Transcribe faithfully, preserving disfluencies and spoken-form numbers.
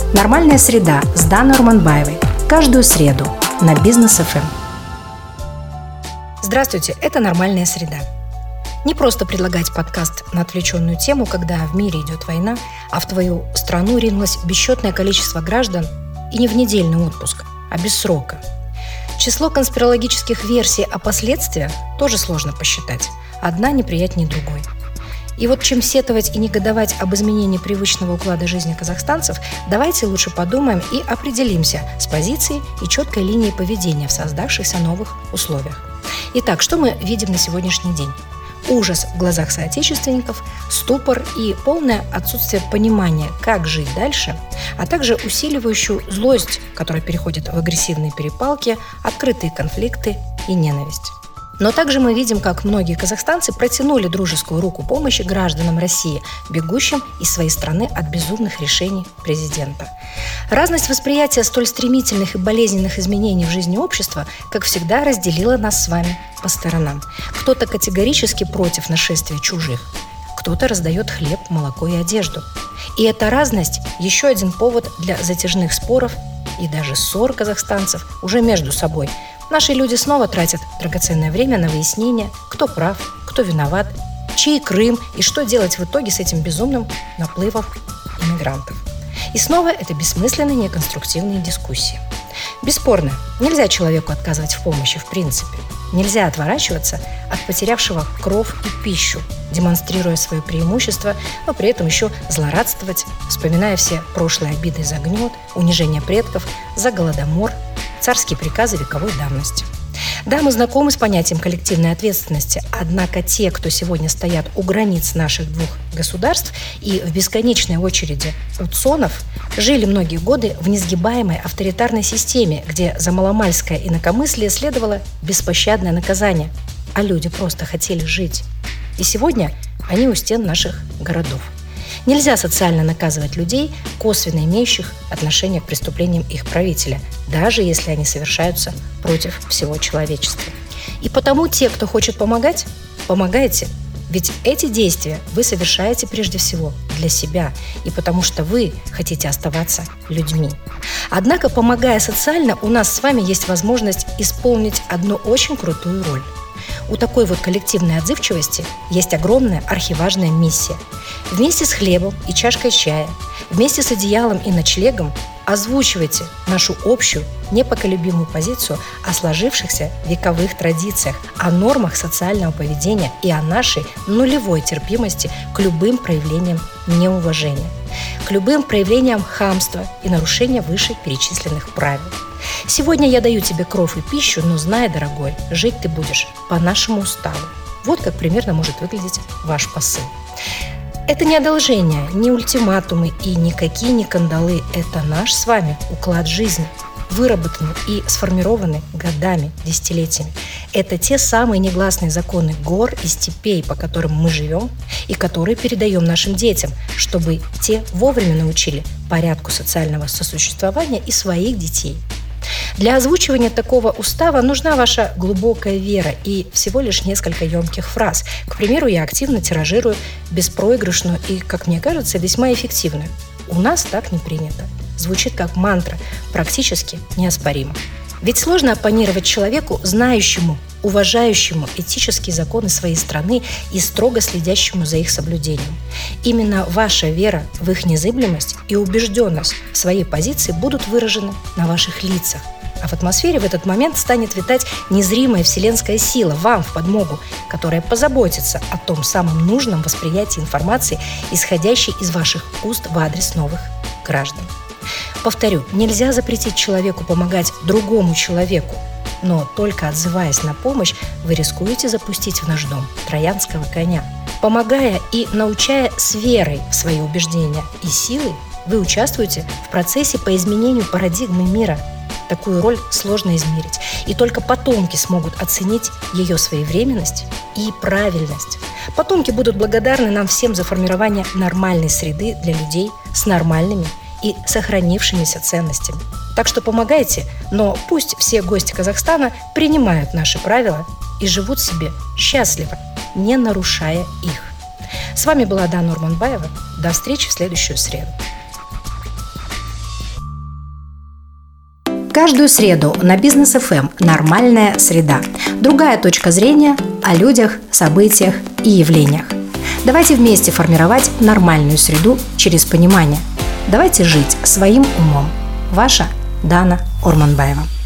Нормальная среда с Даной Урманбаевой. Каждую среду на Бизнес эф эм. Здравствуйте, это «Нормальная среда». Не просто предлагать подкаст на отвлеченную тему, когда в мире идет война, а в твою страну ринулось бесчетное количество граждан, и не в недельный отпуск, а без срока. Число конспирологических версий о последствиях тоже сложно посчитать. Одна неприятнее другой. И вот чем сетовать и негодовать об изменении привычного уклада жизни казахстанцев, давайте лучше подумаем и определимся с позицией и четкой линией поведения в создавшихся новых условиях. Итак, что мы видим на сегодняшний день? Ужас в глазах соотечественников, ступор и полное отсутствие понимания, как жить дальше, а также усиливающую злость, которая переходит в агрессивные перепалки, открытые конфликты и ненависть. Но также мы видим, как многие казахстанцы протянули дружескую руку помощи гражданам России, бегущим из своей страны от безумных решений президента. Разность восприятия столь стремительных и болезненных изменений в жизни общества, как всегда, разделила нас с вами по сторонам. Кто-то категорически против нашествия чужих, кто-то раздает хлеб, молоко и одежду. И эта разность – еще один повод для затяжных споров и даже ссор казахстанцев уже между собой. Наши люди снова тратят драгоценное время на выяснение, кто прав, кто виноват, чей Крым и что делать в итоге с этим безумным наплывом иммигрантов. И снова это бессмысленные, неконструктивные дискуссии. Бесспорно, нельзя человеку отказывать в помощи в принципе. Нельзя отворачиваться от потерявшего кров и пищу, демонстрируя свое преимущество, но при этом еще злорадствовать, вспоминая все прошлые обиды за гнет, унижение предков, за голодомор, царские приказы вековой давности. Да, мы знакомы с понятием коллективной ответственности, однако те, кто сегодня стоят у границ наших двух государств и в бесконечной очереди УЦОНов, жили многие годы в несгибаемой авторитарной системе, где за маломальское инакомыслие следовало беспощадное наказание, а люди просто хотели жить. И сегодня они у стен наших городов. Нельзя социально наказывать людей, косвенно имеющих отношение к преступлениям их правителя, даже если они совершаются против всего человечества. И потому те, кто хочет помогать, помогайте. Ведь эти действия вы совершаете прежде всего для себя и потому что вы хотите оставаться людьми. Однако, помогая социально, у нас с вами есть возможность исполнить одну очень крутую роль. У такой вот коллективной отзывчивости есть огромная архиважная миссия. Вместе с хлебом и чашкой чая, вместе с одеялом и ночлегом озвучивайте нашу общую, непоколебимую позицию о сложившихся вековых традициях, о нормах социального поведения и о нашей нулевой терпимости к любым проявлениям неуважения, к любым проявлениям хамства и нарушения вышеперечисленных правил. Сегодня я даю тебе кров и пищу, но знай, дорогой, жить ты будешь по нашему уставу. Вот как примерно может выглядеть ваш посыл. Это не одолжение, не ультиматумы и никакие не кандалы. Это наш с вами уклад жизни, выработанный и сформированный годами, десятилетиями. Это те самые негласные законы гор и степей, по которым мы живем и которые передаем нашим детям, чтобы те вовремя научили порядку социального сосуществования и своих детей. Для озвучивания такого устава нужна ваша глубокая вера и всего лишь несколько емких фраз. К примеру, я активно тиражирую беспроигрышную и, как мне кажется, весьма эффективную. У нас так не принято. Звучит как мантра, практически неоспоримо. Ведь сложно оппонировать человеку, знающему, уважающему этические законы своей страны и строго следящему за их соблюдением. Именно ваша вера в их незыблемость и убежденность в своей позиции будут выражены на ваших лицах. А в атмосфере в этот момент станет витать незримая вселенская сила вам в подмогу, которая позаботится о том самом нужном восприятии информации, исходящей из ваших уст в адрес новых граждан. Повторю, нельзя запретить человеку помогать другому человеку, но только отзываясь на помощь, вы рискуете запустить в наш дом троянского коня. Помогая и научая с верой в свои убеждения и силой, вы участвуете в процессе по изменению парадигмы мира. Такую роль сложно измерить, и только потомки смогут оценить ее своевременность и правильность. Потомки будут благодарны нам всем за формирование нормальной среды для людей с нормальными и сохранившимися ценностями. Так что помогайте, но пусть все гости Казахстана принимают наши правила и живут себе счастливо, не нарушая их. С вами была Дана Урманбаева. До встречи в следующую среду. Каждую среду на Бизнес эф эм «Нормальная среда». Другая точка зрения о людях, событиях и явлениях. Давайте вместе формировать нормальную среду через понимание. Давайте жить своим умом. Ваша Дана Орманбаева.